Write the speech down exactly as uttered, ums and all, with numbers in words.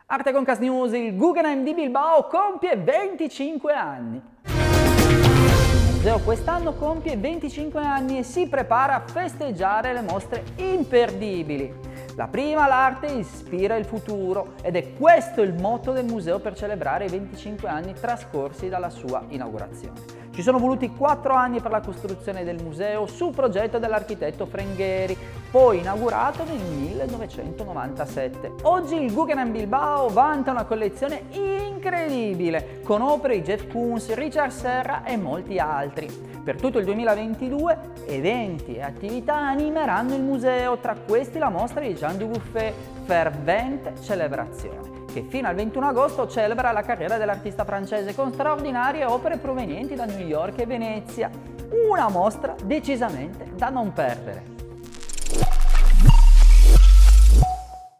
Arte Concast News, il Guggenheim di Bilbao compie venticinque anni. Il museo quest'anno compie venticinque anni e si prepara a festeggiare le mostre imperdibili. La prima, l'arte ispira il futuro, ed è questo il motto del museo per celebrare i venticinque anni trascorsi dalla sua inaugurazione. Ci sono voluti quattro anni per la costruzione del museo su progetto dell'architetto Frengheri, poi inaugurato nel millenovecentonovantasette. Oggi il Guggenheim Bilbao vanta una collezione incredibile, con opere di Jeff Koons, Richard Serra e molti altri. Per tutto il duemilaventidue eventi e attività animeranno il museo, tra questi la mostra di Jean Dubuffet, Fervente Celebrazione, che fino al ventuno agosto celebra la carriera dell'artista francese con straordinarie opere provenienti da New York e Venezia. Una mostra decisamente da non perdere.